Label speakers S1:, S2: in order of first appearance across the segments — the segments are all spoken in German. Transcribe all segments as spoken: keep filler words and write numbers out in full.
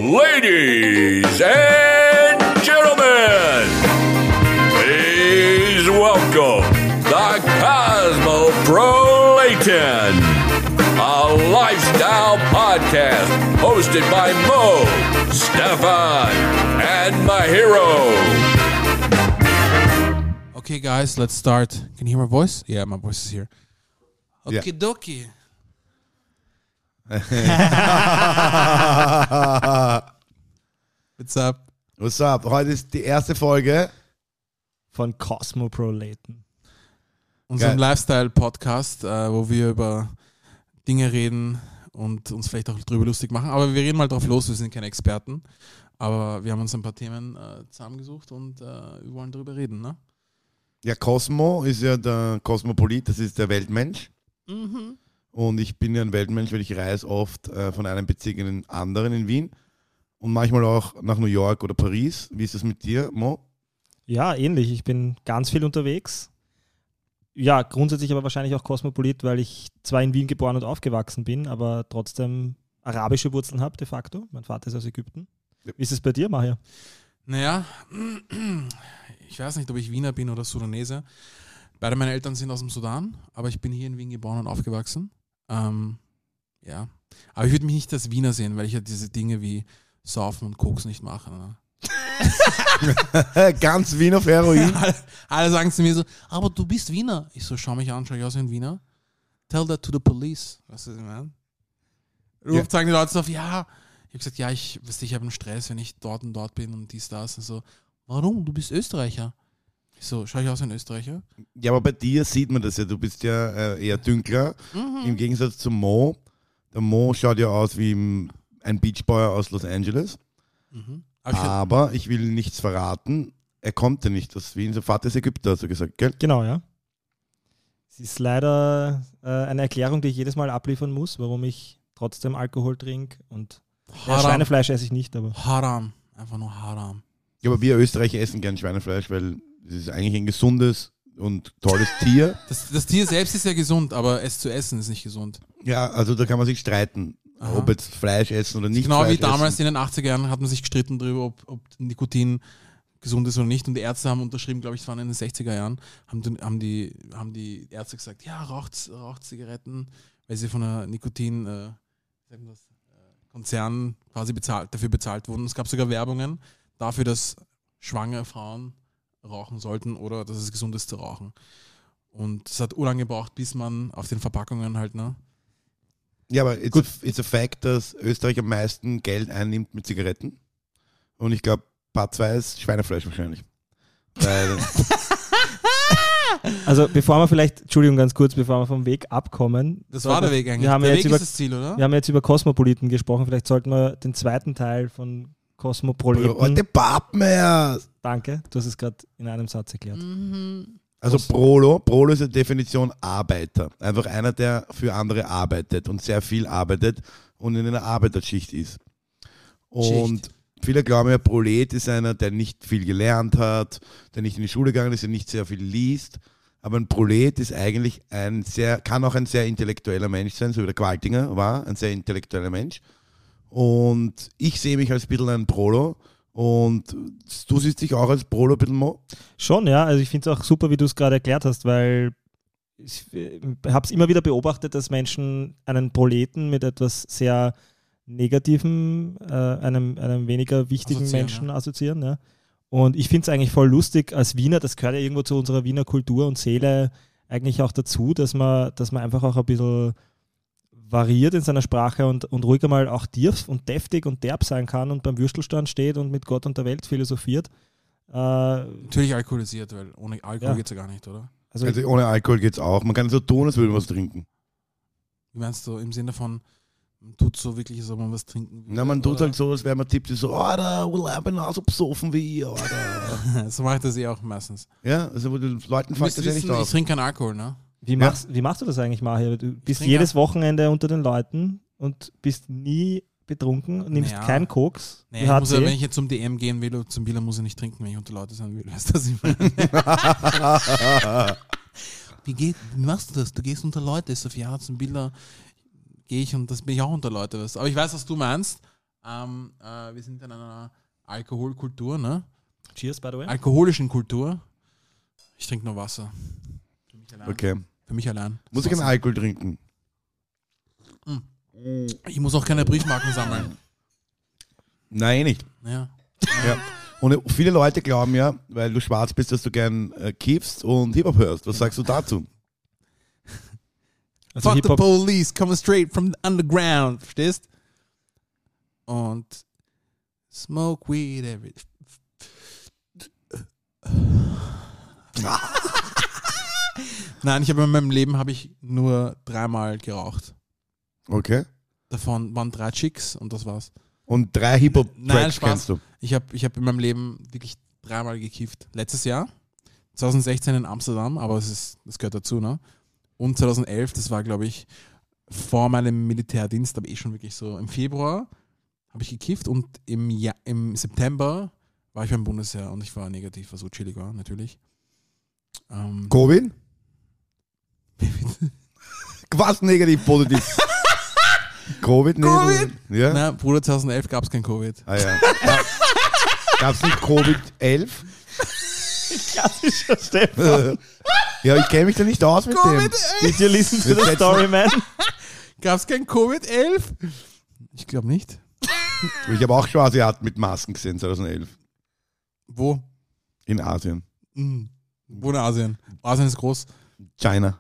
S1: Ladies and gentlemen, please welcome the Cosmopolitan, a lifestyle podcast hosted by Mo, Stefan, and Mahiro.
S2: Okay, guys, let's start. Can you hear my voice? Yeah, my voice is here. Okay,
S3: Yeah.
S2: dokie. What's up?
S3: What's up? Heute ist die erste Folge.
S4: Von Cosmopolitan.
S2: Unserem
S3: Geil.
S2: Lifestyle-Podcast, äh, wo wir über Dinge reden und uns vielleicht auch drüber lustig machen. Aber wir reden mal drauf los, wir sind keine Experten. Aber wir haben uns ein paar Themen äh, zusammengesucht und äh, wir wollen darüber reden, ne?
S3: Ja, Cosmo ist ja der Kosmopolit, das ist der Weltmensch.
S2: Mhm.
S3: Und ich bin ja ein Weltmensch, weil ich reise oft äh, von einem Bezirk in den anderen in Wien. Und manchmal auch nach New York oder Paris. Wie ist das mit dir, Mo?
S4: Ja, ähnlich. Ich bin ganz viel unterwegs. Ja, grundsätzlich aber wahrscheinlich auch Kosmopolit, weil ich zwar in Wien geboren und aufgewachsen bin, aber trotzdem arabische Wurzeln habe de facto. Mein Vater ist aus Ägypten.
S3: Ja.
S4: Wie ist es bei dir, Maher?
S2: Naja, ich weiß nicht, ob ich Wiener bin oder Sudanese. Beide meine Eltern sind aus dem Sudan, aber ich bin hier in Wien geboren und aufgewachsen. Ähm, ja, aber ich würde mich nicht als Wiener sehen, weil ich ja diese Dinge wie Saufen und Koks nicht mache. Ne?
S3: Ganz Wien auf Heroin.
S2: alle, alle sagen zu mir so, aber du bist Wiener. Ich so, schau mich an, schau ich aus wie ein Wiener. Tell that to the police. Weißt du, was ich meine?
S3: Ja.
S2: Oft sagen die Leute so, auf, ja, ich habe gesagt, ja, ich, weißt du, ich habe einen Stress, wenn ich dort und dort bin und dies, das und so. Warum? Du bist Österreicher. Ich so, schau ich aus wie ein Österreicher?
S3: Ja, aber bei dir sieht man das ja. Du bist ja äh, eher dünkler.
S2: Mhm.
S3: Im Gegensatz zum Mo. Der Mo schaut ja aus wie ein Beachboy aus Los Angeles.
S2: Mhm. Aber ich,
S3: Aber ich will nichts verraten. Er kommt ja nicht aus Wien. Sein Vater ist Ägypter, hast du gesagt, gell?
S4: Genau, ja. Es ist leider äh, eine Erklärung, die ich jedes Mal abliefern muss, warum ich trotzdem Alkohol trinke. Und ja,
S2: Haram.
S4: Schweinefleisch esse ich nicht, aber
S2: Haram. Einfach nur Haram.
S3: Ja, aber wir Österreicher essen gern Schweinefleisch, weil es ist eigentlich ein gesundes und tolles Tier.
S2: Das, das Tier selbst ist ja gesund, aber es zu essen ist nicht gesund.
S3: Ja, also da kann man sich streiten,
S2: Aha.
S3: ob jetzt Fleisch essen oder nicht.
S2: Genau
S3: Fleisch
S2: wie damals
S3: essen.
S2: in den achtziger Jahren hat man sich gestritten darüber, ob, ob Nikotin gesund ist oder nicht. Und die Ärzte haben unterschrieben, glaube ich, es waren in den sechziger Jahren, haben, die- haben, die, haben die Ärzte gesagt, ja, raucht, raucht Zigaretten, weil sie von einer Nikotin, äh, sagen wir das, äh, Konzern quasi bezahlt, dafür bezahlt wurden. Es gab sogar Werbungen dafür, dass schwangere Frauen rauchen sollten oder dass es gesund ist zu rauchen. Und es hat urlang gebraucht, bis man auf den Verpackungen halt, ne?
S3: Ja, aber it's a, it's a fact, dass Österreich am meisten Geld einnimmt mit Zigaretten. Und ich glaube, Part zwei ist Schweinefleisch wahrscheinlich. Weil,
S4: also bevor wir vielleicht, Entschuldigung ganz kurz, bevor wir vom Weg abkommen.
S2: Das war der Weg eigentlich.
S4: Wir haben,
S2: der
S4: ja
S2: Weg
S4: jetzt über,
S2: ist das Ziel, oder?
S4: wir haben jetzt über Kosmopoliten gesprochen, vielleicht sollten wir den zweiten Teil von Kosmopoliten.
S3: heute Pappmeier!
S4: Danke, du hast es gerade in einem Satz erklärt.
S2: Mhm.
S3: Also Prolo, Prolo ist eine Definition Arbeiter. Einfach einer, der für andere arbeitet und sehr viel arbeitet und in einer Arbeiterschicht ist. Und
S2: Schicht.
S3: viele glauben ja, Prolet ist einer, der nicht viel gelernt hat, der nicht in die Schule gegangen ist, der nicht sehr viel liest. Aber ein Prolet ist eigentlich ein sehr, kann auch ein sehr intellektueller Mensch sein, so wie der Qualtinger war, ein sehr intellektueller Mensch. Und ich sehe mich als ein bisschen ein Prolo. Und du siehst dich auch als Prolo ein bisschen, Mo?
S4: Schon, ja. Also ich finde es auch super, wie du es gerade erklärt hast, weil ich habe es immer wieder beobachtet, dass Menschen einen Proleten mit etwas sehr Negativem, äh, einem, einem weniger wichtigen
S2: Assoziieren,
S4: Menschen
S2: ja.
S4: assoziieren. Ja. Und ich finde es eigentlich voll lustig als Wiener, das gehört ja irgendwo zu unserer Wiener Kultur und Seele eigentlich auch dazu, dass man, dass man einfach auch ein bisschen variiert in seiner Sprache und, und ruhig einmal auch tief und deftig und derb sein kann und beim Würstelstand steht und mit Gott und der Welt philosophiert. Äh,
S2: Natürlich alkoholisiert, weil ohne Alkohol
S4: Ja.
S2: geht es ja gar nicht, oder?
S4: also
S3: Also ohne Alkohol geht's auch. Man kann so tun, als würde man was trinken.
S2: Wie meinst du, im Sinne von, man tut so wirklich, als ob man was trinken will?
S3: Na, man tut
S2: oder?
S3: halt so, als wäre man tippt, so, oh, da will ich genauso besoffen wie ihr, oder?
S2: So mache ich das eh auch meistens.
S3: Ja, also wo den Leuten
S2: Du
S3: fällt
S2: musst
S3: das ja
S2: wissen,
S3: nicht
S2: ich
S3: auf.
S2: trinke keinen Alkohol, ne?
S4: Wie machst, wie machst du das eigentlich, Maher? Du bist
S2: trinke
S4: jedes
S2: auch-
S4: Wochenende unter den Leuten und bist nie betrunken, nimmst
S2: Naja.
S4: keinen Koks,
S2: Nee, ich muss ja, wenn
S4: T H C.
S2: ich jetzt zum D M gehen will oder zum Billa, muss ich nicht trinken, wenn ich unter Leute sein will. Weißt du, was ich meine? Wie, geht, wie machst du das? Du gehst unter Leute. Ich so, ja, zum Billa gehe ich und das bin ich auch unter Leute. Weißt du? Aber ich weiß, was du meinst. Ähm, äh, wir sind in einer Alkoholkultur, ne?
S4: Cheers, by the way.
S2: Alkoholischen Kultur. Ich trinke nur Wasser. Für mich allein.
S3: Okay.
S2: Für mich allein.
S3: Muss ich keinen Alkohol trinken?
S2: Ich muss auch keine Briefmarken sammeln.
S3: Nein, nicht.
S2: Ja.
S3: Ja. Und viele Leute glauben ja, weil du schwarz bist, dass du gern äh, kiffst und Hip-Hop hörst. Was sagst du dazu?
S4: Also
S2: Fuck the
S4: Hip-Hop,
S2: police, coming straight from the underground. Verstehst? Und smoke weed every... Nein, ich habe in meinem Leben habe ich nur dreimal geraucht.
S3: Okay.
S2: Davon waren drei Chicks und das war's.
S3: Und drei
S2: Nein,
S3: Hip-Hop-Tracks
S2: Spaß.
S3: kennst du?
S2: Ich habe ich hab in meinem Leben wirklich dreimal gekifft. Letztes Jahr, zwanzig sechzehn in Amsterdam, aber es ist, das gehört dazu, ne? Und zwanzig elf, das war, glaube ich, vor meinem Militärdienst, aber eh schon wirklich so im Februar habe ich gekifft und im, ja- im September war ich beim Bundesheer und ich war negativ, was so chillig war, natürlich. Ähm,
S3: Covid? Was negativ, positiv? Covid? Nee,
S2: Covid?
S3: Ja?
S2: Na, Bruder, zwanzig elf gab es kein Covid.
S3: Ah ja. Gab es nicht Covid elf?
S4: klassischer Stefan.
S3: Ja, ich kenne mich da nicht aus mit
S2: Covid
S3: dem.
S4: Did you listen to
S3: Wir
S4: the
S3: setzen-
S4: story, man?
S2: Gab es kein Covid elf? Ich glaube nicht.
S3: Ich habe auch schon Asiaten mit Masken gesehen, zwanzig elf.
S2: Wo?
S3: In Asien.
S2: Mhm. Wo in Asien? Asien ist groß.
S3: China.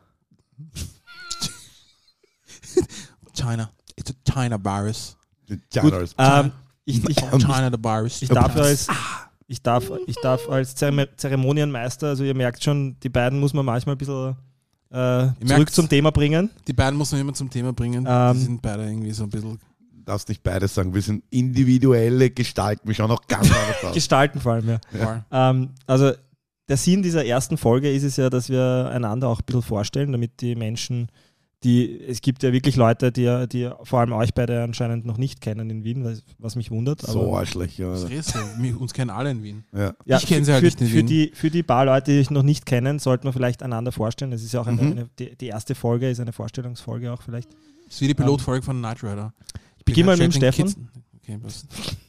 S2: China. It's a China virus.
S3: China
S4: Gut,
S3: ist-
S4: ähm, ich, ich,
S2: China the virus.
S4: ich, darf als, ich, darf, ich darf als Zerem- Zeremonienmeister, also ihr merkt schon, die beiden muss man manchmal ein bisschen äh, zurück
S2: merkt's.
S4: zum Thema bringen.
S2: Die beiden muss man immer zum Thema bringen.
S4: Ähm,
S2: Die sind beide irgendwie so ein bisschen.
S3: darfst nicht beides sagen. Wir sind individuelle Gestalten. Wir schauen auch ganz anders aus.
S4: Gestalten vor allem, ja.
S2: Ja.
S4: Ähm, also der Sinn dieser ersten Folge ist es ja, dass wir einander auch ein bisschen vorstellen, damit die Menschen, die, es gibt ja wirklich Leute, die, die vor allem euch beide anscheinend noch nicht kennen in Wien, was, was mich wundert.
S3: So
S4: aber,
S3: arschlich. Ja.
S2: Was redest du? Wir- Uns kennen alle in Wien.
S3: Ja.
S4: ja,
S2: ich kenne sie
S4: für,
S2: halt
S4: für,
S2: nicht in
S4: für
S2: Wien.
S4: die Für die paar Leute, die euch noch nicht kennen, sollte man vielleicht einander vorstellen. Das ist ja auch eine,
S3: Mhm.
S4: eine, die, die erste Folge, ist eine Vorstellungsfolge auch vielleicht.
S2: Das ist wie die Pilotfolge von Knight Rider.
S4: Ich beginne mal mit dem
S2: Stellt den
S4: Stefan.
S2: Kids- Okay, was?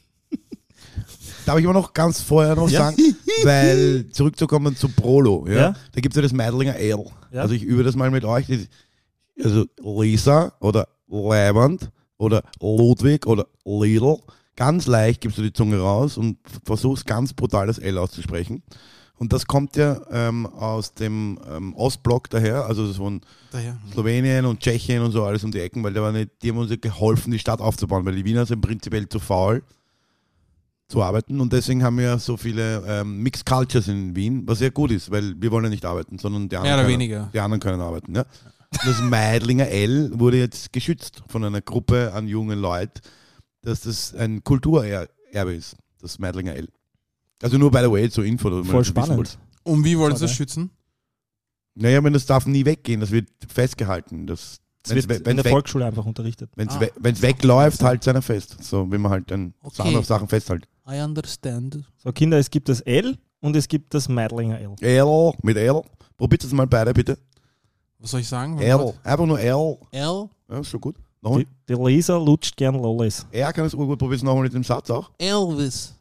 S3: Darf ich aber noch ganz vorher noch
S4: Ja.
S3: sagen, weil zurückzukommen zu Prolo, ja,
S4: Ja.
S3: da gibt es ja das Meidlinger Ale.
S4: Ja.
S3: Also ich übe das mal mit euch. Das- Also Lisa oder Leiband oder Ludwig oder Lidl. Ganz leicht gibst du die Zunge raus und versuchst ganz brutal das L auszusprechen. Und das kommt ja ähm, aus dem ähm, Ostblock daher, also das von
S2: Daher.
S3: Slowenien und Tschechien und so alles um die Ecken, weil da war nicht, die haben uns ja geholfen, die Stadt aufzubauen, weil die Wiener sind prinzipiell zu faul zu arbeiten und deswegen haben wir so viele ähm, Mixed Cultures in Wien, was sehr gut ist, weil wir wollen ja nicht arbeiten, sondern die anderen,
S2: Mehr oder
S3: können,
S2: weniger.
S3: die anderen können arbeiten. Ja. Das Meidlinger L wurde jetzt geschützt von einer Gruppe an jungen Leuten, dass das ein Kulturerbe ist, das Meidlinger L. Also nur by the way, zur Info. dass man
S4: Voll
S3: das wissen
S4: spannend.
S3: wollt.
S2: Und wie wollen sie das
S4: Schade.
S2: schützen?
S3: Naja, wenn das darf nie weggehen, das wird festgehalten. Das,
S4: Es
S3: wenn's
S4: wird
S3: we-
S4: in der
S3: weg-
S4: Volksschule einfach unterrichtet.
S3: Wenn es
S2: Ah.
S3: we wenn's wegläuft, halt seiner fest. So, wenn man halt dann
S2: Okay.
S3: Sachen auf Sachen festhält.
S2: I understand.
S4: So, Kinder, es gibt das L und es gibt das Meidlinger L.
S3: L mit L. Probiert es mal beide, bitte.
S2: Was soll ich sagen?
S3: L. Einfach nur L.
S2: L.
S3: Ja, ist schon gut. Nochmal.
S4: Die, die Lisa lutscht gern Lollis.
S3: Er kann es urgut. Probiert es nochmal mit dem Satz auch.
S2: Elvis.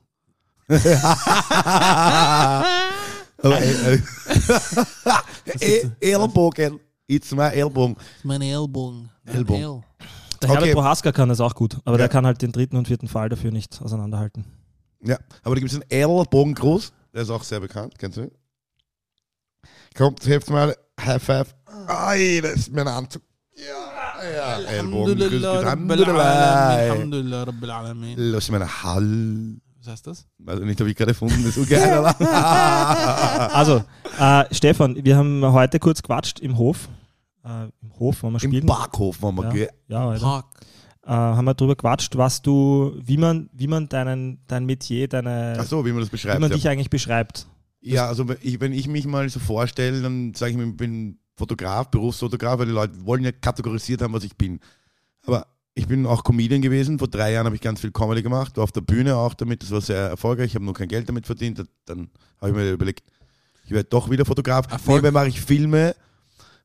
S3: Aber, äh, äh, Ellbogen. It's my Ellbogen.
S2: Meine Ellbogen. Mein
S3: Ellbogen.
S2: L.
S4: Der
S3: Okay.
S4: Herbert Prohaska kann das auch gut, aber
S3: Ja.
S4: der kann halt den dritten und vierten Fall dafür nicht auseinanderhalten.
S3: Ja, aber da gibt es einen Ellbogengruß. Der ist auch sehr bekannt. Kennst du ihn? Kommt, hebt mal. High five. Ai, das ist mein Anzug. Ja, ja. Ellbogengruß. Alhamdulillah.
S2: Alhamdulillah Rabbil Alamin.
S3: Lass meine Hall.
S2: Was heißt das?
S3: Weiß ich nicht, habe ich gerade erfunden. Das ist so geil, aber.
S4: Also, äh, Stefan, wir haben heute kurz quatscht im Hof. Äh, Im Hof, wenn wir
S3: Im
S4: spielen.
S3: Parkhof waren wir.
S4: Ja,
S3: gell?
S4: ja Alter.
S2: Park.
S4: Äh, haben wir drüber quatscht, was du, wie man, wie man deinen, dein Metier, deine,
S3: Ach so, wie man das
S4: wie
S3: beschreibt.
S4: man
S3: ja.
S4: dich eigentlich beschreibt.
S3: Ja, also wenn ich, wenn ich mich mal so vorstelle, dann sage ich mir, ich bin Fotograf, Berufsfotograf, weil die Leute wollen ja kategorisiert haben, was ich bin. Aber ich bin auch Comedian gewesen. Vor drei Jahren habe ich ganz viel Comedy gemacht, war auf der Bühne auch damit, das war sehr erfolgreich. Ich habe nur kein Geld damit verdient. Dann habe ich mir überlegt, ich werde doch wieder Fotograf.
S2: Erfolg-
S3: Nebenbei mache ich Filme,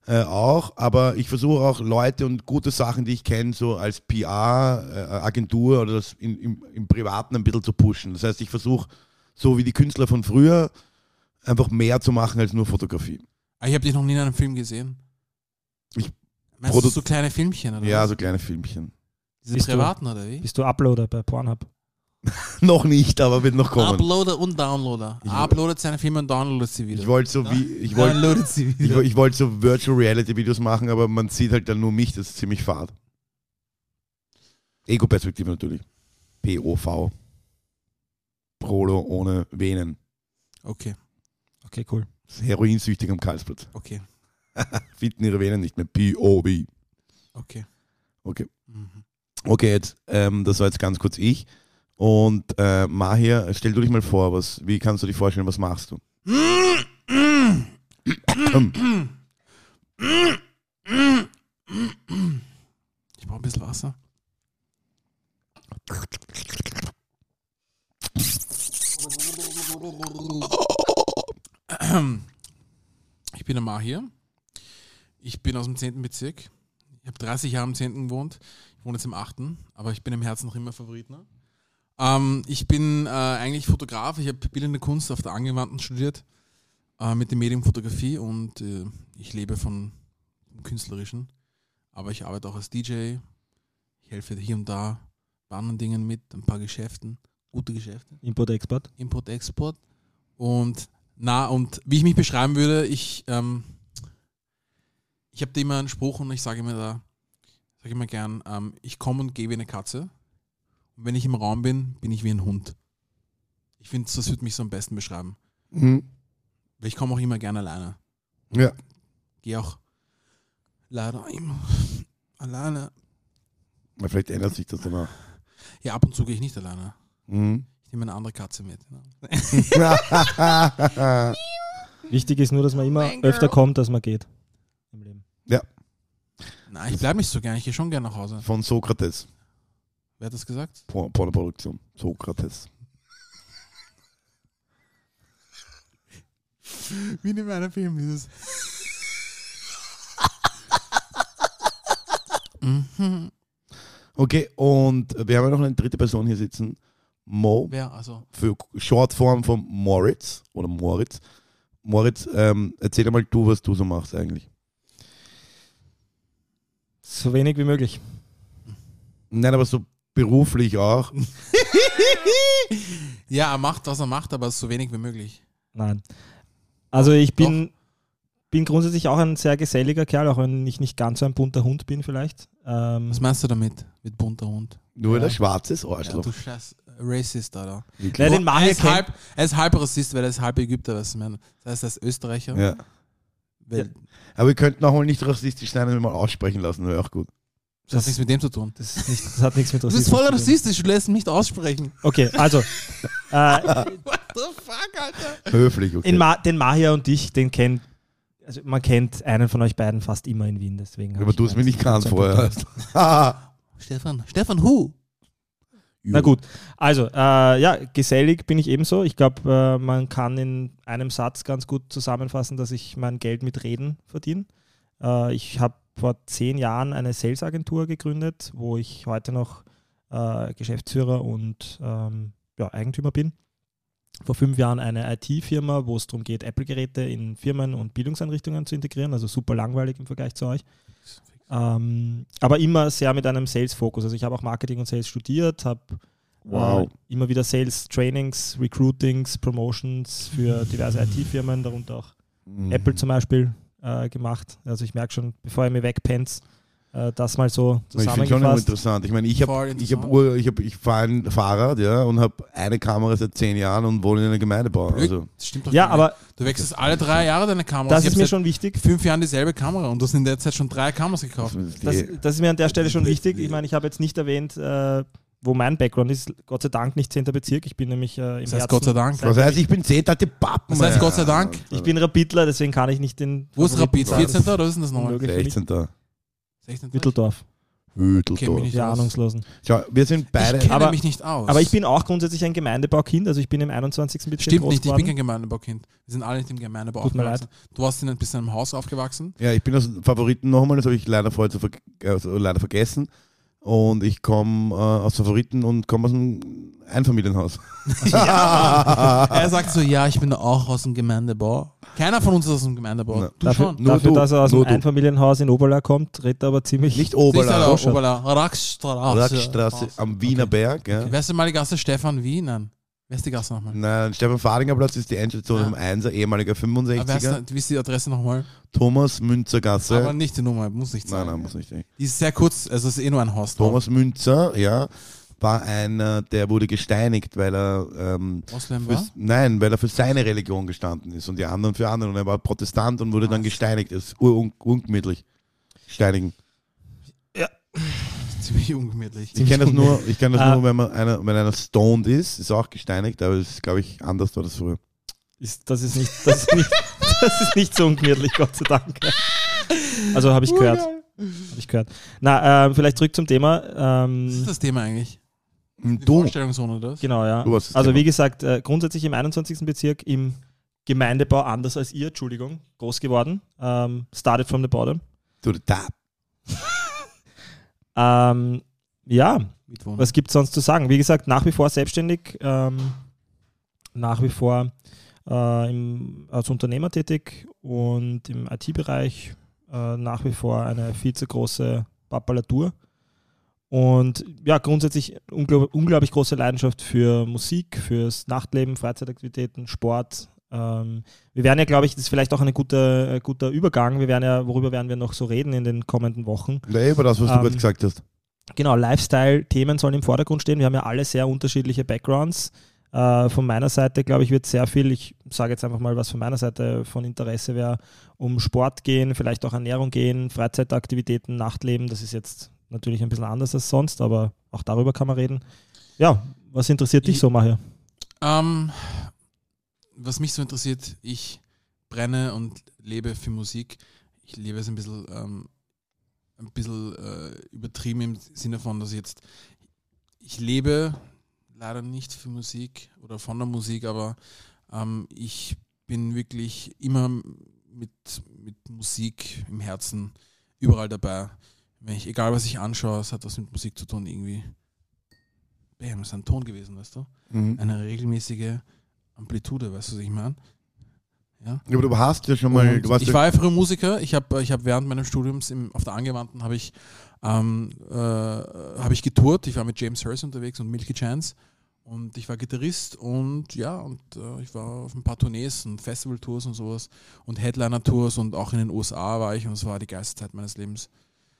S3: äh, auch, aber ich versuche auch Leute und gute Sachen, die ich kenne, so als P R-Agentur oder das in, im, im Privaten ein bisschen zu pushen. Das heißt, ich versuche, so wie die Künstler von früher, einfach mehr zu machen als nur Fotografie.
S2: Ich habe dich noch nie in einem Film gesehen.
S3: Ich
S2: Meinst du so kleine Filmchen, oder
S3: Ja,
S2: was?
S3: so kleine Filmchen.
S2: Diese
S4: Bist du-
S2: privaten, oder wie?
S4: Bist du Uploader bei Pornhub?
S3: Noch nicht, aber wird noch kommen.
S2: Uploader und Downloader.
S3: Ich-
S2: Uploadet seine Filme und downloadet sie wieder.
S3: Ich wollte so wie, ich wollte
S2: Downloadet sie
S3: ich,
S2: wieder.
S3: woll- ich wollte so Virtual Reality Videos machen, aber man sieht halt dann nur mich, das ist ziemlich fad. Ego-Perspektive natürlich. P O V. Prolo ohne Venen.
S2: Okay,
S4: Okay, cool.
S3: Heroinsüchtig am Karlsplatz.
S2: okay,
S3: Finden ihre Venen nicht mehr. P O V.
S2: okay.
S3: Okay.
S2: Mhm.
S3: Okay, jetzt, ähm, das war jetzt ganz kurz ich. Und äh, Mahir, stell du dich mal vor, was, wie kannst du dir vorstellen, was machst du?
S2: Ich brauche ein bisschen Wasser. Ich bin der Mahir. Ich bin aus dem zehnten Bezirk. Ich habe dreißig Jahre im zehnten gewohnt. Ich wohne jetzt im achten, aber ich bin im Herzen noch immer Favorit. Ne? Ähm, ich bin äh, eigentlich Fotograf. Ich habe bildende Kunst auf der Angewandten studiert äh, mit dem Medium Fotografie und äh, ich lebe von vom Künstlerischen. Aber ich arbeite auch als D J. Ich helfe hier und da bei anderen Dingen mit, ein paar Geschäften, gute Geschäfte.
S4: Import-Export?
S2: Import, Export. Und na, und wie ich mich beschreiben würde, ich, ähm, ich habe da immer einen Spruch und ich sage immer da, sage immer gern, ähm, ich komme und gehe wie eine Katze. Und wenn ich im Raum bin, bin ich wie ein Hund. Ich finde, das würde mich so am besten beschreiben.
S3: Mhm.
S2: Weil ich komme auch immer gerne alleine.
S3: Ja.
S2: Gehe auch leider immer alleine.
S3: Na, vielleicht ändert sich das danach.
S2: Ja, ab und zu gehe ich nicht alleine.
S3: Mhm.
S2: Ich nehme eine andere Katze mit. Ne?
S4: Wichtig ist nur, dass man immer
S2: My girl.
S4: öfter kommt, dass man geht. Im Leben.
S2: Nein, ich bleibe nicht so gern. Ich gehe schon gerne nach Hause.
S3: Von Sokrates.
S2: Wer hat das gesagt?
S3: Por- Pornoproduktion. Sokrates.
S2: Wie in meinem Film dieses. mhm.
S3: Okay, und wir haben ja noch eine dritte Person hier sitzen. Mo,
S2: Wer? Also,
S3: für Shortform von Moritz oder Moritz. Moritz, ähm, erzähl mal du, was du so machst eigentlich.
S4: So wenig wie möglich.
S3: Nein, aber so beruflich auch.
S2: ja, er macht, was er macht, aber so wenig wie möglich.
S4: Nein. Also ich bin, bin grundsätzlich auch ein sehr geselliger Kerl, auch wenn ich nicht ganz so ein bunter Hund bin vielleicht. Ähm,
S2: Was meinst du damit? Mit bunter Hund?
S3: Nur
S4: Ja.
S3: der schwarzes
S2: Ja,
S3: Arschloch.
S2: du scheiß Racist, Alter.
S3: Wirklich.
S4: Wer den
S2: er,
S4: Mahir
S2: ist
S4: kennt,
S2: halb, er ist halb Rassist, weil er ist halb Ägypter, weißt du, man. Das heißt, er ist Österreicher.
S3: Ja.
S2: Weil,
S3: Aber wir könnten auch mal nicht rassistisch sein und mal aussprechen lassen, wäre auch gut.
S2: das hat nichts mit dem zu tun.
S4: das, ist nicht, das hat nichts mit
S2: Du
S4: Rassismus
S2: bist voll
S4: zu tun.
S2: rassistisch, du lässt mich nicht aussprechen.
S4: Okay, also äh,
S2: What the fuck, Alter?
S3: Höflich, okay.
S4: in Ma den Mahir und dich, den kennt, also man kennt einen von euch beiden fast immer in Wien, deswegen. hab
S3: Aber
S4: ich
S3: du hast mich
S4: gemeint,
S3: nicht
S4: das ist
S3: kannt
S4: ganz
S3: vorher.
S4: important.
S3: Haha.
S2: Stefan, Stefan Hu.
S4: Na gut, also äh, ja, gesellig bin ich ebenso. Ich glaube, äh, man kann in einem Satz ganz gut zusammenfassen, dass ich mein Geld mit Reden verdiene. Äh, ich habe vor zehn Jahren eine Sales-Agentur gegründet, wo ich heute noch äh, Geschäftsführer und ähm, ja, Eigentümer bin. Vor fünf Jahren eine I T-Firma, wo es darum geht, Apple-Geräte in Firmen und Bildungseinrichtungen zu integrieren, also super langweilig im Vergleich zu euch. Ähm, aber immer sehr mit einem Sales-Fokus. Also ich habe auch Marketing und Sales studiert, habe
S3: Wow.
S4: äh, immer wieder Sales-Trainings, Recruitings, Promotions für diverse I T-Firmen, darunter auch
S3: Mhm.
S4: Apple zum Beispiel äh, gemacht. Also ich merke schon, bevor ihr mir wegpennt, äh, das mal so
S3: Ich finde schon immer
S4: zusammengefasst.
S3: interessant. Ich meine, ich
S2: Voll
S3: habe ich hab,
S2: interessant.
S3: Ur- ich, hab, ich fahre ein Fahrrad, ja, und habe eine Kamera seit zehn Jahren und wohne in einer Gemeindebau.
S2: Blöd.
S3: Also,
S2: Das stimmt doch
S4: Ja,
S2: gar nicht.
S4: aber
S2: Du wechselst alle drei Jahre deine Kamera.
S4: das
S2: Ich
S4: ist
S2: hab
S4: mir
S2: seit
S4: schon wichtig.
S2: fünf Jahren dieselbe Kamera und du hast in der Zeit schon drei Kameras gekauft.
S4: Das, das ist mir an der Stelle schon wichtig. Ich meine, ich habe jetzt nicht erwähnt, äh, wo mein Background ist. Gott sei Dank nicht zehnter Bezirk. Ich bin nämlich äh, im
S2: Das heißt
S4: Herzen.
S2: Gott sei Dank.
S3: das heißt, ich bin zehn alte Pappen.
S2: Das heißt,
S3: ja.
S2: Gott sei Dank.
S4: Ich bin Rapidler, deswegen kann ich nicht den.
S2: Wo ist
S4: Favoriten
S2: Rapid?
S4: sagen.
S2: vierzehnter oder was ist denn das nochmal?
S4: Unmöglich für mich.
S3: sechzehnter
S2: sechzehnter?
S4: Mitteldorf.
S3: Hütteldorf.
S2: Kenn mich nicht
S4: Die
S2: aus.
S4: Ahnungslosen.
S3: Schau, wir sind beide.
S2: Ich kenne
S4: Aber-
S2: mich nicht aus.
S4: Aber ich bin auch grundsätzlich ein Gemeindebaukind, also ich bin im einundzwanzigsten Bezirk
S2: Stimmt
S4: groß
S2: nicht, ich
S4: geworden.
S2: bin kein Gemeindebaukind. Wir sind alle nicht im Gemeindebau
S4: Tut mir
S2: aufgewachsen. Du warst in ein bisschen einem Haus aufgewachsen.
S3: Ja, ich bin aus Favoriten nochmal, das habe ich leider vorher zu ver also leider vergessen. Und ich komme äh, aus Favoriten und komme aus einem Einfamilienhaus.
S2: Er sagt so, ja, ich bin auch aus dem Gemeindebau. Keiner von uns ist aus dem Gemeindebau.
S3: Na,
S2: Du
S4: Dafür,
S2: schon.
S3: Nur
S4: dafür
S3: du,
S4: dass er aus
S3: nur
S4: einem
S3: du.
S4: Einfamilienhaus in Oberla kommt, redet er aber ziemlich...
S3: Nicht
S2: Siehst du,
S3: Oberla,
S2: Alter, Oberla. Rackstraße.
S3: Rackstraße am Wiener Berg. Ja.
S2: Wer ist denn mal die Gasse Stefan Wien? Nein. Wer ist die Gasse nochmal?
S3: Nein, Stefan Fadinger Platz ist die Endstation
S2: Ah.
S3: vom Einser, ehemaliger
S2: Aber wer ist
S3: fünfundsechziger.
S2: denn- Wie ist die Adresse nochmal?
S3: Thomas Münzer Gasse.
S2: Aber nicht die Nummer, muss nicht sein.
S3: Nein, nein, muss nicht sein.
S2: Die ist sehr kurz, also es ist eh nur ein Haus drauf.
S3: Thomas Münzer, ja, war einer, der wurde gesteinigt, weil er ähm,
S2: Moslem war?
S3: fürs, nein, weil er für seine Religion gestanden ist und die anderen für andere. Und er war Protestant und wurde dann gesteinigt. Das ist ur ungemütlich. Steinigen.
S2: Ziemlich ungemütlich.
S3: Ich kenne das nur, ich kenn das
S4: Ah.
S3: nur, wenn man einer, wenn einer stoned ist, ist auch gesteinigt, aber das ist, glaube ich, anders war das früher.
S4: Ist, das, ist nicht, das, ist nicht, das ist nicht so ungemütlich, Gott sei Dank. Also habe ich gehört. Hab ich gehört. Na, ähm, vielleicht zurück zum Thema. Ähm,
S2: Was ist das Thema eigentlich?
S3: Und
S2: Die
S3: du,
S2: Vorstellungszone oder das?
S4: Genau, ja.
S3: Du warst das
S4: Also
S3: Thema.
S4: wie gesagt, äh, grundsätzlich im einundzwanzigsten Bezirk im Gemeindebau anders als ihr, Entschuldigung, groß geworden. Ähm, started from the bottom.
S3: du der Tab.
S4: Ähm, ja,
S2: Mitwohner.
S4: was gibt es sonst zu sagen? Wie gesagt, nach wie vor selbstständig, ähm, nach wie vor äh, im, als Unternehmer tätig und im I T-Bereich äh, nach wie vor eine viel zu große Papalatur. Und ja, grundsätzlich unglaub, unglaublich große Leidenschaft für Musik, fürs Nachtleben, Freizeitaktivitäten, Sport. Ähm, wir werden ja, glaube ich, das ist vielleicht auch ein guter, äh, guter Übergang. Wir werden ja, worüber werden wir noch so reden in den kommenden Wochen?
S3: Ja, über das, was du
S4: Ähm,
S3: gerade gesagt hast.
S4: Genau, Lifestyle-Themen sollen im Vordergrund stehen. Wir haben ja alle sehr unterschiedliche Backgrounds. Äh, von meiner Seite, glaube ich, wird sehr viel, ich sage jetzt einfach mal, was von meiner Seite von Interesse wäre, um Sport gehen, vielleicht auch Ernährung gehen, Freizeitaktivitäten, Nachtleben. Das ist jetzt natürlich ein bisschen anders als sonst, aber auch darüber kann man reden. Ja, was interessiert dich
S2: Ich-
S4: so, Maher?
S2: Ähm, was mich so interessiert, ich brenne und lebe für Musik. Ich lebe es ein bisschen, ähm, ein bisschen äh, übertrieben im Sinne von, dass ich jetzt, ich lebe leider nicht für Musik oder von der Musik, aber ähm, ich bin wirklich immer mit, mit Musik im Herzen überall dabei. Wenn ich, egal was ich anschaue, es hat was mit Musik zu tun irgendwie. Bam, das ist ein Ton gewesen, weißt du?
S3: Mhm.
S2: Eine regelmäßige Amplitude, weißt du, was ich meine? Ja.
S3: Ja, aber du hast ja schon mal,
S2: Und
S3: du warst
S2: ich
S3: ja,
S2: war ja früher Musiker. Ich habe ich hab während meines Studiums im, auf der Angewandten habe ich, ähm, äh, hab ich getourt. Ich war mit James Hurst unterwegs und Milky Chance. Und ich war Gitarrist und ja, und äh, ich war auf ein paar Tournees und Festival-Tours und sowas und Headliner-Tours und auch in den U S A war ich und es war die geilste Zeit meines Lebens.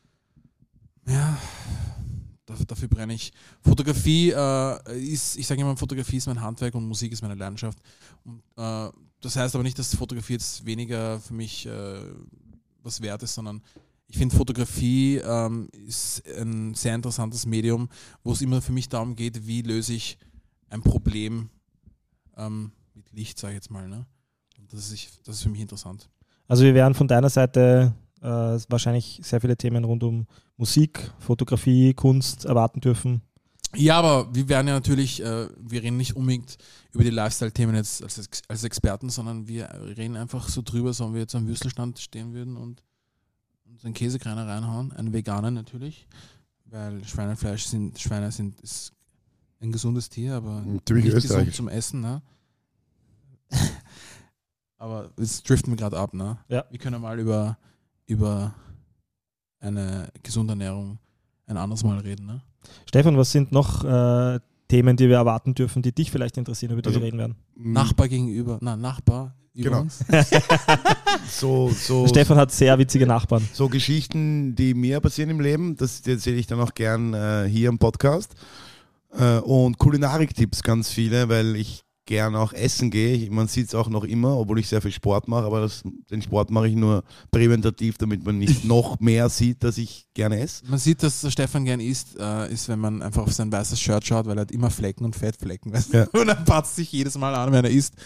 S2: Ja, dafür, dafür brenne ich. Fotografie äh, ist, ich sage immer, Fotografie ist mein Handwerk und Musik ist meine Leidenschaft. Und, äh, das heißt aber nicht, dass Fotografie jetzt weniger für mich äh, was wert ist, sondern ich finde, Fotografie ähm, ist ein sehr interessantes Medium, wo es immer für mich darum geht, wie löse ich ein Problem ähm, mit Licht, sage ich jetzt mal. Ne? Und das ist, das ist für mich interessant.
S4: Also wir werden von deiner Seite äh, wahrscheinlich sehr viele Themen rund um Musik, Fotografie, Kunst erwarten dürfen.
S2: Ja, aber wir werden ja natürlich, äh, wir reden nicht unbedingt über die Lifestyle-Themen jetzt als, Ex- als Experten, sondern wir reden einfach so drüber, so wenn wir jetzt am Würstelstand stehen würden und uns einen Käsekreiner reinhauen, einen veganen natürlich, weil Schweinefleisch sind, Schweine sind ist ein gesundes Tier, aber
S3: Natürlich
S2: nicht gesund
S3: österreichisch.
S2: zum Essen, ne? Aber jetzt driften wir gerade ab, ne?
S4: Ja.
S2: Wir können mal über, über eine gesunde Ernährung ein anderes Mal reden, ne?
S4: Stefan, was sind noch äh, Themen, die wir erwarten dürfen, die dich vielleicht interessieren, über die
S3: Also-
S4: wir reden werden?
S2: Nachbar gegenüber, na, Nachbar über
S3: Genau.
S2: uns.
S3: so, so,
S4: Stefan hat sehr witzige Nachbarn.
S3: so Geschichten, die mir passieren im Leben, das erzähle ich dann auch gern äh, hier im Podcast. Äh, und Kulinarik-Tipps ganz viele, weil ich gern auch essen gehe. Ich- Man sieht es auch noch immer, obwohl ich sehr viel Sport mache, aber das, den Sport mache ich nur präventativ, damit man nicht noch mehr sieht, dass ich gerne esse.
S2: Man sieht, dass der Stefan gern isst, äh, ist, wenn man einfach auf sein weißes Shirt schaut, weil er hat immer Flecken und Fettflecken. Weißt du?
S3: Ja.
S2: Und er patzt sich jedes Mal an, wenn er isst.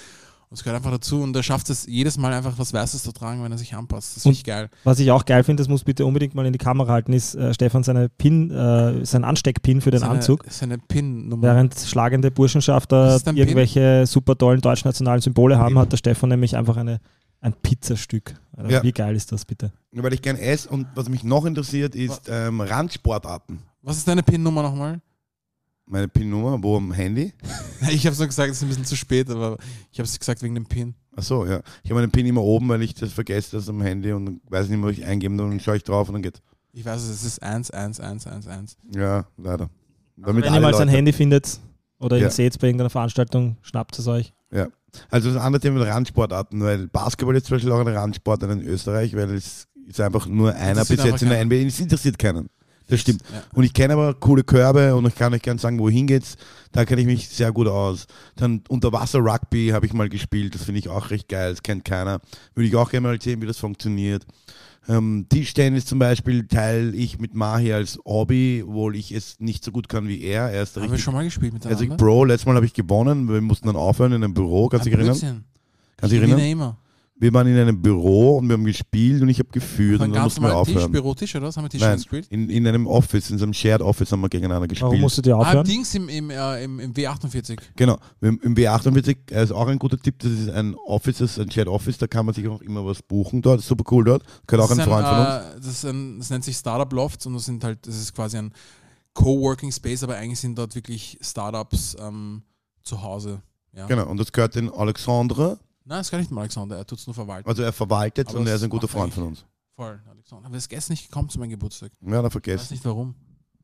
S2: Es gehört einfach dazu und er schafft es jedes Mal einfach was Weißes zu tragen, wenn er sich anpasst. Das ist
S4: Und-
S2: richtig geil.
S4: Was ich auch geil finde, das muss bitte unbedingt mal in die Kamera halten, ist äh, Stefan seine Pin, äh, sein Ansteckpin für den
S2: seine,
S4: Anzug.
S2: Seine Pin-Nummer.
S4: Während schlagende Burschenschafter
S2: Was ist dein Pin?
S4: irgendwelche super tollen deutschnationalen Symbole haben, hat der Stefan nämlich einfach eine, ein Pizzastück. Also
S3: Ja.
S4: Wie geil ist das bitte?
S3: Weil ich gern esse und was mich noch interessiert, ist ähm, Randsportarten.
S2: Was ist deine Pin-Nummer nochmal?
S3: Meine PIN-Nummer, wo am Handy?
S2: Ich habe es nur gesagt, es ist ein bisschen zu spät, aber ich habe es gesagt wegen dem Pin.
S3: Achso, ja. Ich habe meinen PIN immer oben, weil ich das vergesse, das am Handy und weiß nicht mehr, wo ich eingeben, dann schaue ich drauf und dann geht's.
S2: Ich weiß es, es ist eins eins eins eins eins.
S3: Ja, leider.
S4: Also
S3: Damit
S4: wenn ihr
S3: alle
S4: mal sein
S3: Leute-
S4: Handy findet oder ihn
S3: Ja.
S4: seht bei irgendeiner Veranstaltung, schnappt es euch.
S3: Also das andere Thema mit Randsportarten, weil Basketball ist zum Beispiel auch eine Randsportart in Österreich, weil es ist einfach nur einer
S2: Interessiert
S3: bis jetzt
S2: einfach
S3: in der
S2: keinen.
S3: N B A. Es interessiert keinen. Das stimmt.
S2: Ja.
S3: Und ich kenne aber coole Körbe und ich kann euch gerne sagen, wohin geht's. Da kenne ich mich sehr gut aus. Dann Unterwasser-Rugby habe ich mal gespielt. Das finde ich auch recht geil. Das kennt keiner. Würde ich auch gerne mal sehen, wie das funktioniert. Ähm, Tischtennis zum Beispiel teile ich mit Mahi als Hobby, obwohl ich es nicht so gut kann wie er. Er ist
S2: Haben wir
S3: richtig.
S2: schon mal gespielt miteinander?
S3: Also Bro, letztes Mal habe ich gewonnen. Wir mussten dann aufhören in einem Büro. Kannst du dich erinnern?
S2: Blödsinn.
S3: Kannst du
S2: Ich
S3: dich
S2: gewinne
S3: erinnern?
S2: immer.
S3: Wir waren in einem Büro und wir haben gespielt und ich habe geführt
S2: Auf
S3: und
S2: einem
S3: dann
S2: ganz
S3: mussten wir
S2: normalen Tisch,
S3: aufhören.
S2: Bürotisch oder was? Haben wir Tisch
S3: Nein,
S2: gespielt?
S3: in, in einem Office, in so einem Shared Office haben wir gegeneinander gespielt.
S4: Warum musstet ihr
S2: Ah,
S4: aufhören?
S2: Dings im, im, äh, im, im W achtundvierzig.
S3: Genau, im, im W achtundvierzig äh, ist auch ein guter Tipp, das ist ein Office, das ist ein Shared Office, da kann man sich auch immer was buchen dort, das ist super cool dort, gehört auch
S2: Das
S3: ein
S2: ist
S3: Freund von uns.
S2: äh, das, ist ein, das nennt sich Startup Lofts und das sind halt, das ist quasi ein Coworking Space, aber eigentlich sind dort wirklich Startups ähm, zu Hause. Ja.
S3: Genau, und das gehört den Alexandre,
S2: Nein, das kann nicht mal Alexander, er tut es nur verwalten.
S3: also er verwaltet
S2: Aber
S3: und er
S2: das
S3: ist ein guter
S2: macht
S3: Freund von
S2: eigentlich-
S3: uns.
S2: Voll, Alexander. Aber er ist gestern nicht gekommen zu meinem Geburtstag.
S3: Ja, da
S2: Ich weiß
S3: vergessen.
S2: nicht warum.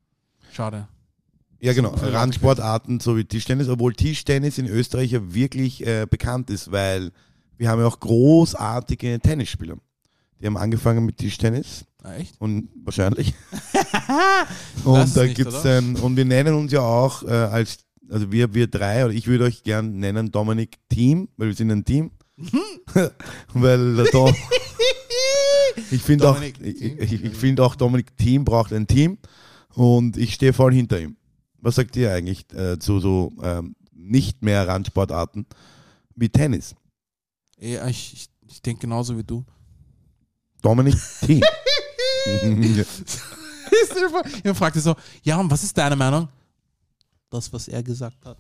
S2: Schade.
S3: Ja genau,
S2: So viel
S3: Randsportarten so wie Tischtennis, obwohl Tischtennis in Österreich ja wirklich äh, bekannt ist, weil wir haben ja auch großartige Tennisspieler. Die haben angefangen mit Tischtennis.
S2: Ah, echt?
S3: Und wahrscheinlich.
S2: Lass es
S3: und da
S2: nicht,
S3: gibt's
S2: oder?
S3: ein, und wir nennen uns ja auch äh, als, also wir, wir drei, oder ich würde euch gern nennen Dominik Team, weil wir sind ein Team. weil der Dom, ich finde auch,
S2: Dominik
S3: ich,
S2: Thiem.
S3: ich, ich finde auch Dominik Team braucht ein Team und ich stehe voll hinter ihm. Was sagt ihr eigentlich äh, zu so ähm, nicht mehr Randsportarten wie Tennis?
S2: Ja, ich, ich, ich denke genauso wie du.
S3: Dominik Team.
S2: Ich fragte so, ja, und was ist deine Meinung? Das, was er gesagt hat.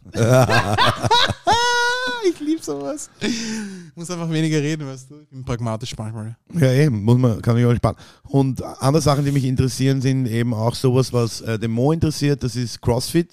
S2: Ich liebe sowas. Ich muss einfach weniger reden, weißt du? Ich bin pragmatisch manchmal.
S3: Ja, eben, muss man, kann ich auch spannend. Und andere Sachen, die mich interessieren, sind eben auch sowas, was äh, den Mo interessiert, das ist CrossFit.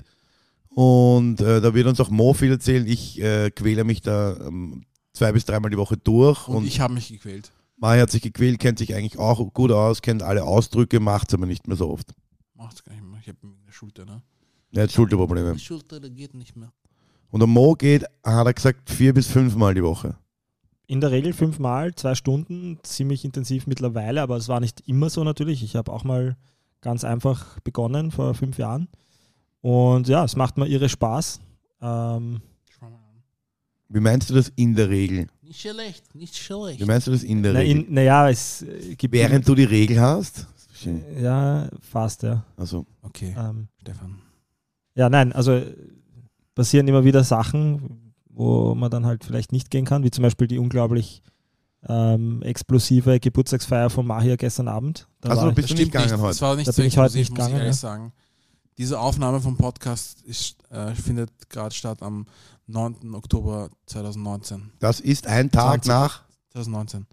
S3: Und äh, da wird uns auch Mo viel erzählen. Ich äh, quäle mich da ähm, zwei bis dreimal die Woche durch.
S2: Und,
S3: Und,
S2: ich habe mich gequält.
S3: Mai hat sich gequält, kennt sich eigentlich auch gut aus, kennt alle Ausdrücke, macht es aber nicht mehr so oft.
S2: Macht's gar nicht mehr. Ich habe eine Schulter, ne?
S3: Er hat Schulterprobleme.
S2: Die Schulter, der geht nicht mehr.
S3: Und der Mo geht, hat er gesagt, vier bis fünfmal die Woche.
S4: In der Regel fünfmal, zwei Stunden, ziemlich intensiv mittlerweile, aber es war nicht immer so natürlich. Ich habe auch mal ganz einfach begonnen vor fünf Jahren. Und ja, es macht mir irre Spaß. Ähm,
S2: Schau mal an.
S3: Wie meinst du das in der Regel?
S2: Nicht schlecht, nicht schlecht.
S3: Wie meinst du das in der
S4: na,
S3: Regel?
S4: in, naja, es äh, gibt.
S3: Während du die Regel hast?
S4: Ja, fast, ja.
S3: Also,
S2: Okay,
S4: Ähm,
S2: Stefan.
S4: ja, nein, also äh, passieren immer wieder Sachen, wo man dann halt vielleicht nicht gehen kann, wie zum Beispiel die unglaublich ähm, explosive Geburtstagsfeier von Mahir gestern Abend. Da
S3: Also,
S4: war
S3: du bist
S2: Das
S3: du nicht
S2: stimmt nicht.
S3: gegangen heute?
S2: Das war nicht
S4: Da
S2: so
S4: bin ich heute
S2: exklusiv,
S4: nicht
S2: muss ich
S4: gegangen,
S2: ehrlich
S4: ja.
S2: sagen. Diese Aufnahme vom Podcast ist, äh, findet gerade statt am neunten Oktober zweitausendneunzehn.
S3: Das ist ein Tag
S2: zwanzig.
S3: nach,
S2: zweitausendneunzehn.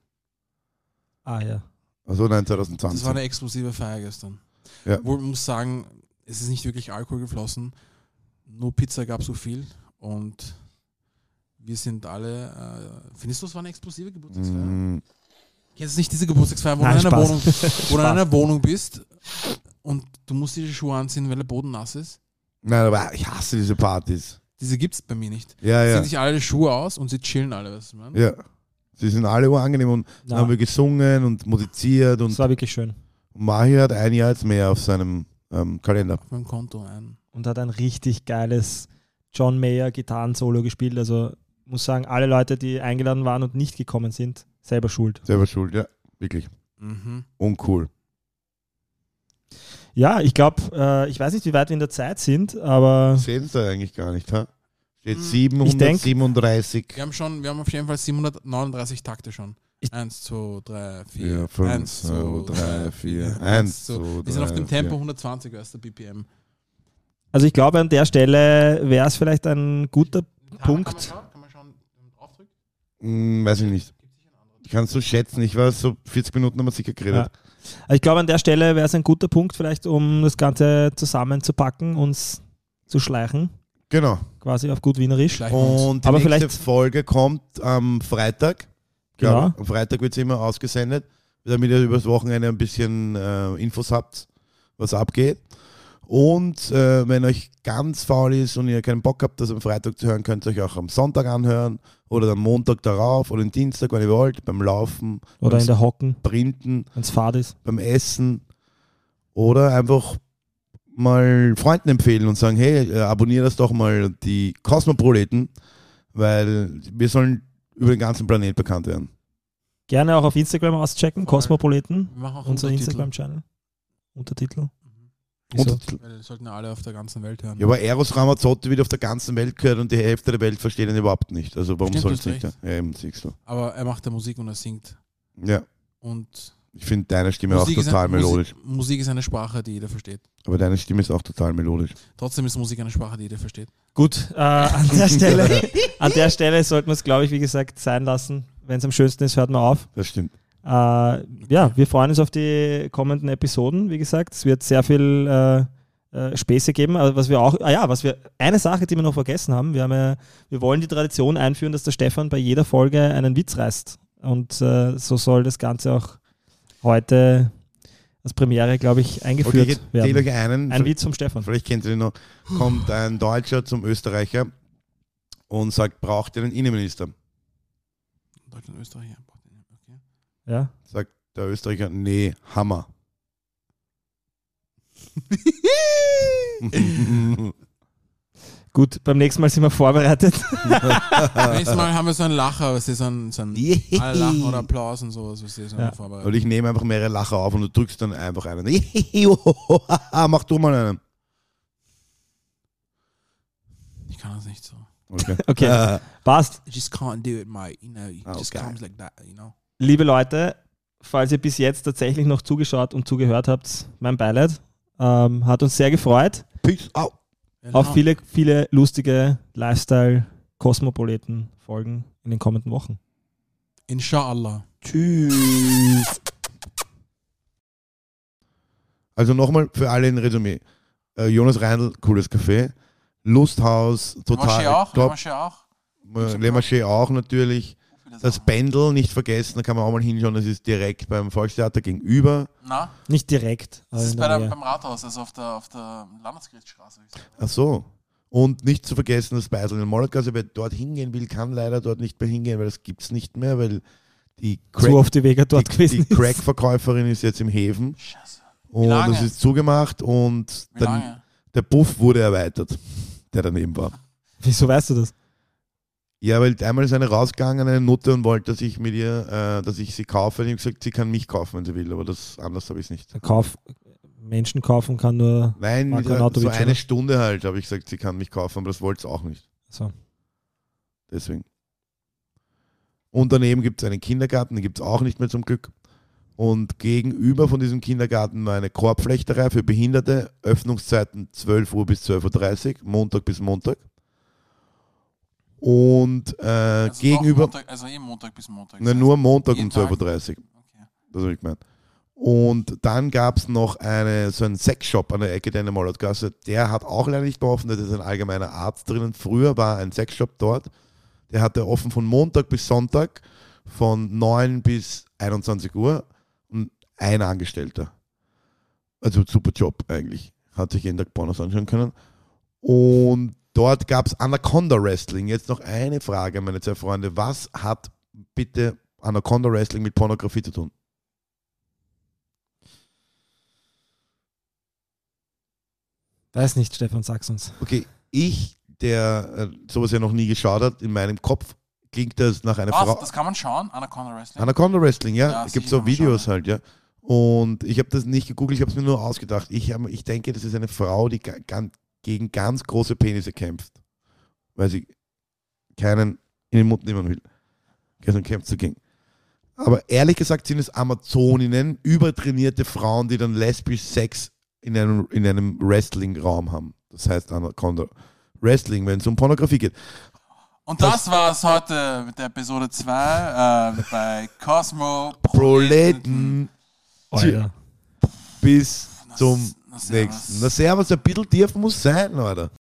S4: ah ja.
S3: also nein,
S2: Das
S3: zweitausendzwanzig.
S2: war eine exklusive Feier gestern.
S3: Ja.
S2: Wo man muss sagen, es ist nicht wirklich Alkohol geflossen. Nur Pizza gab es so viel. Und wir sind alle. Äh, findest du, es war eine explosive Geburtstagsfeier?
S3: Mm,
S2: Kennst du nicht diese Geburtstagsfeier, wo,
S4: Nein,
S2: du in einer
S4: Spaß.
S2: Wohnung, wo du in
S4: Spaß.
S2: einer Wohnung bist und du musst dir die Schuhe anziehen, weil der Boden nass ist?
S3: Nein, aber ich hasse diese Partys.
S2: Diese gibt es bei mir nicht.
S3: Ja,
S2: Ziehen
S3: ja.
S2: sich alle die Schuhe aus und sie chillen alle, weißt du, man?
S3: Ja. Sie sind alle angenehm und dann
S4: Na,
S3: haben wir gesungen und musiziert und
S4: das war wirklich schön.
S3: Mahir hat ein Jahr jetzt mehr auf seinem ähm, Kalender.
S2: Auf meinem Konto ein.
S4: Und hat ein richtig geiles John Mayer Gitarren-Solo gespielt. Also muss sagen, alle Leute, die eingeladen waren und nicht gekommen sind, selber schuld.
S3: Selber schuld, ja. Wirklich.
S2: Mhm.
S3: Uncool.
S4: Ja, ich glaube, äh, ich weiß nicht, wie weit wir in der Zeit sind, aber
S3: Sehen Sie eigentlich gar nicht, ha? Steht
S2: Hm.
S3: siebenhundertsiebenunddreißig.
S2: Wir haben schon, wir haben auf jeden Fall siebenhundertneununddreißig Takte schon.
S4: Ich-
S2: Eins, zwei, drei,
S3: vier,
S2: vier,
S3: fünf,
S2: eins,
S3: zwei,
S2: zwei,
S3: drei, vier,
S2: eins,
S3: eins,
S2: zwei.
S3: zwei,
S2: Wir sind auf
S3: drei,
S2: dem Tempo
S3: vier.
S2: hundertzwanzig als der B P M.
S4: Also ich glaube, an der Stelle wäre es vielleicht ein guter Punkt.
S2: Kann man schauen? Kann man schauen, wenn man draufdrückt?
S3: Hm, weiß ich nicht. Kannst du schätzen? Ich war so vierzig Minuten haben wir sicher geredet.
S4: Ja. Also ich glaube, an der Stelle wäre es ein guter Punkt, vielleicht um das Ganze zusammenzupacken, uns zu schleichen,
S3: Genau.
S4: quasi auf gut Wienerisch.
S2: Schleichen wir uns.
S3: Und die
S4: Aber
S3: nächste
S4: vielleicht-
S3: Folge kommt am Freitag.
S4: Genau.
S3: Glaub ich. Am Freitag wird sie immer ausgesendet, damit ihr übers Wochenende ein bisschen äh, Infos habt, was abgeht. Und äh, wenn euch ganz faul ist und ihr keinen Bock habt, das am Freitag zu hören, könnt ihr euch auch am Sonntag anhören oder am Montag darauf oder am Dienstag, wenn ihr wollt, beim Laufen,
S4: Oder
S3: beim
S4: in der Hocken,
S3: Sprinten,
S4: wenn es fad ist.
S3: beim Essen oder einfach mal Freunden empfehlen und sagen, hey, äh, abonniert das doch mal, die Kosmoproleten, weil wir sollen über den ganzen Planet bekannt werden.
S4: Gerne auch auf Instagram auschecken,
S2: Voll.
S4: Cosmopoliten,
S2: Wir machen auch
S4: unser
S2: Untertitel.
S4: Instagram-Channel. Untertitel. Wieso?
S3: Untertitel.
S2: Weil das sollten ja alle auf der ganzen Welt hören.
S3: Ja, aber Eros Ramazzotti wird auf der ganzen Welt gehört und die Hälfte der Welt versteht ihn überhaupt nicht. Also warum
S2: Stimmt,
S3: soll
S2: du
S3: es
S2: hast
S3: nicht?
S2: recht.
S3: Ja, eben, siehst du.
S2: Aber er macht ja Musik und er singt.
S3: Ja,
S2: Und
S3: ich finde deine Stimme
S2: Musik,
S3: auch
S2: ist
S3: total
S2: ein,
S3: melodisch.
S2: Musik, Musik ist eine Sprache, die jeder versteht.
S3: Aber deine Stimme ist auch total melodisch.
S2: Trotzdem ist Musik eine Sprache, die jeder versteht.
S4: Gut, äh, an, der Stelle, an der Stelle sollten wir es, glaube ich, wie gesagt, sein lassen. Wenn es am schönsten ist, hört man auf.
S3: Das stimmt.
S4: Äh, ja, wir freuen uns auf die kommenden Episoden. Wie gesagt, es wird sehr viel äh, äh, Späße geben. Also was wir auch, ah ja, was wir, eine Sache, die wir noch vergessen haben, wir haben ja, wir wollen die Tradition einführen, dass der Stefan bei jeder Folge einen Witz reißt. Und äh, so soll das Ganze auch heute als Premiere, glaube ich, eingeführt
S3: Okay, ich erzähle
S4: werden.
S3: euch einen.
S4: Ein Witz vom Stefan.
S3: Vielleicht kennt ihr den noch. Kommt ein Deutscher zum Österreicher und sagt, braucht ihr einen Innenminister?
S2: Deutschland, Österreich, ja. Okay.
S4: Ja.
S3: Sagt der Österreicher, nee, Hammer.
S4: Gut, beim nächsten Mal sind wir vorbereitet.
S2: Nächstes Mal haben wir so einen Lacher, was ist so ein, so ein alle lachen oder Applaus und sowas, was ist so
S4: Ja.
S2: vorbereitet.
S3: Und ich nehme einfach mehrere Lacher auf und du drückst dann einfach einen. Mach du mal einen.
S2: Ich kann das nicht so.
S3: Okay.
S4: Okay,
S3: Äh,
S4: passt.
S2: I just can't do it, mate. You know, it just
S3: Okay.
S2: comes like that, you know.
S4: Liebe Leute, falls ihr bis jetzt tatsächlich noch zugeschaut und zugehört habt, mein Beileid. Ähm, hat uns sehr gefreut.
S3: Peace out.
S4: Auf viele, viele lustige Lifestyle-Kosmopoliten-Folgen in den kommenden Wochen.
S2: Inshallah.
S3: Tschüss. Also nochmal für alle ein Resümee. Äh, Jonas Reindl, cooles Café. Lusthaus, total
S2: auch?
S3: top.
S2: Marché auch?
S3: Äh, Le Marché auch natürlich. Das Pendel nicht vergessen, da kann man auch mal hinschauen, das ist direkt beim Volkstheater gegenüber.
S2: Na,
S4: Nicht direkt. aber
S2: das ist
S4: in
S2: bei
S4: der
S2: der,
S4: Nähe.
S2: beim Rathaus, also auf der, auf der Landesgerichtsstraße. würde ich sagen.
S3: Ach so. Und nicht zu vergessen das Beisel in der Mollergasse, wer dort hingehen will, kann leider dort nicht mehr hingehen, weil das gibt es nicht mehr, weil die
S4: Zu oft die Wege dort
S3: die,
S4: gewesen
S3: die
S4: ist.
S3: Crack-Verkäuferin ist jetzt im Häfen
S2: Scheiße.
S3: und
S2: lange?
S3: das ist zugemacht und
S2: Wie
S3: dann,
S2: lange?
S3: der Puff wurde erweitert, der daneben war.
S4: Wieso weißt du das?
S3: Ja, weil einmal ist eine rausgegangen, eine Nutte, und wollte, dass ich mit ihr, äh, dass ich sie kaufe. Und ich habe gesagt, sie kann mich kaufen, wenn sie will, aber das anders habe ich es nicht.
S4: Der Kauf, Menschen kaufen kann nur.
S3: Nein,
S4: Marco
S3: äh, so
S4: Arnautovic,
S3: eine
S4: oder?
S3: Stunde halt, habe ich gesagt, sie kann mich kaufen, aber das wollte es auch nicht.
S4: So.
S3: Deswegen. Und daneben gibt es einen Kindergarten, den gibt es auch nicht mehr zum Glück. Und gegenüber von diesem Kindergarten war eine Korbflechterei für Behinderte, Öffnungszeiten zwölf Uhr bis zwölf Uhr dreißig, Montag bis Montag. Und äh,
S2: Also
S3: gegenüber,
S2: doch Montag, also eh Montag bis Montag.
S3: na, nur Montag
S2: jeden
S3: um zwölf Uhr
S2: Tag.
S3: dreißig.
S2: Okay.
S3: Das habe ich gemeint. Und dann gab es noch eine, so einen Sexshop an der Ecke der in der Mollertgasse. Der hat auch leider nicht mehr offen, da ist ein allgemeiner Arzt drinnen. Früher war ein Sexshop dort. Der hatte offen von Montag bis Sonntag von neun bis einundzwanzig Uhr und ein Angestellter. Also super Job eigentlich. Hat sich jeden Tag Pornos anschauen können. Und dort gab es Anaconda Wrestling. Jetzt noch eine Frage, meine zwei Freunde. Was hat bitte Anaconda Wrestling mit Pornografie zu tun?
S4: Weiß nicht, Stefan, sag's uns.
S3: Okay, ich, der äh, sowas ja noch nie geschaut hat, in meinem Kopf klingt das nach einer
S2: Was?
S3: Frau.
S2: Das kann man schauen? Anaconda Wrestling?
S3: Anaconda Wrestling, ja.
S2: Ja,
S3: es gibt
S2: sicher
S3: so
S2: kann man
S3: Videos
S2: schauen,
S3: halt, ja. Und ich habe das nicht gegoogelt, ich habe es mir nur ausgedacht. Ich, hab, ich denke, das ist eine Frau, die ga, ganz, gegen ganz große Penisse kämpft. weil sie keinen in den Mund nehmen will. Also kämpft dagegen. Aber ehrlich gesagt sind es Amazoninnen, übertrainierte Frauen, die dann lesbisch Sex in einem, in einem Wrestling-Raum haben. Das heißt Anaconda Wrestling, wenn es um Pornografie geht.
S2: Und das, das war's heute mit der Episode zwei äh, bei Cosmo
S3: Proleten.
S4: Oh, ja.
S3: Bis zum
S2: na,
S3: nächsten. Na, servus, ein bisschen tief muss sein, Leute.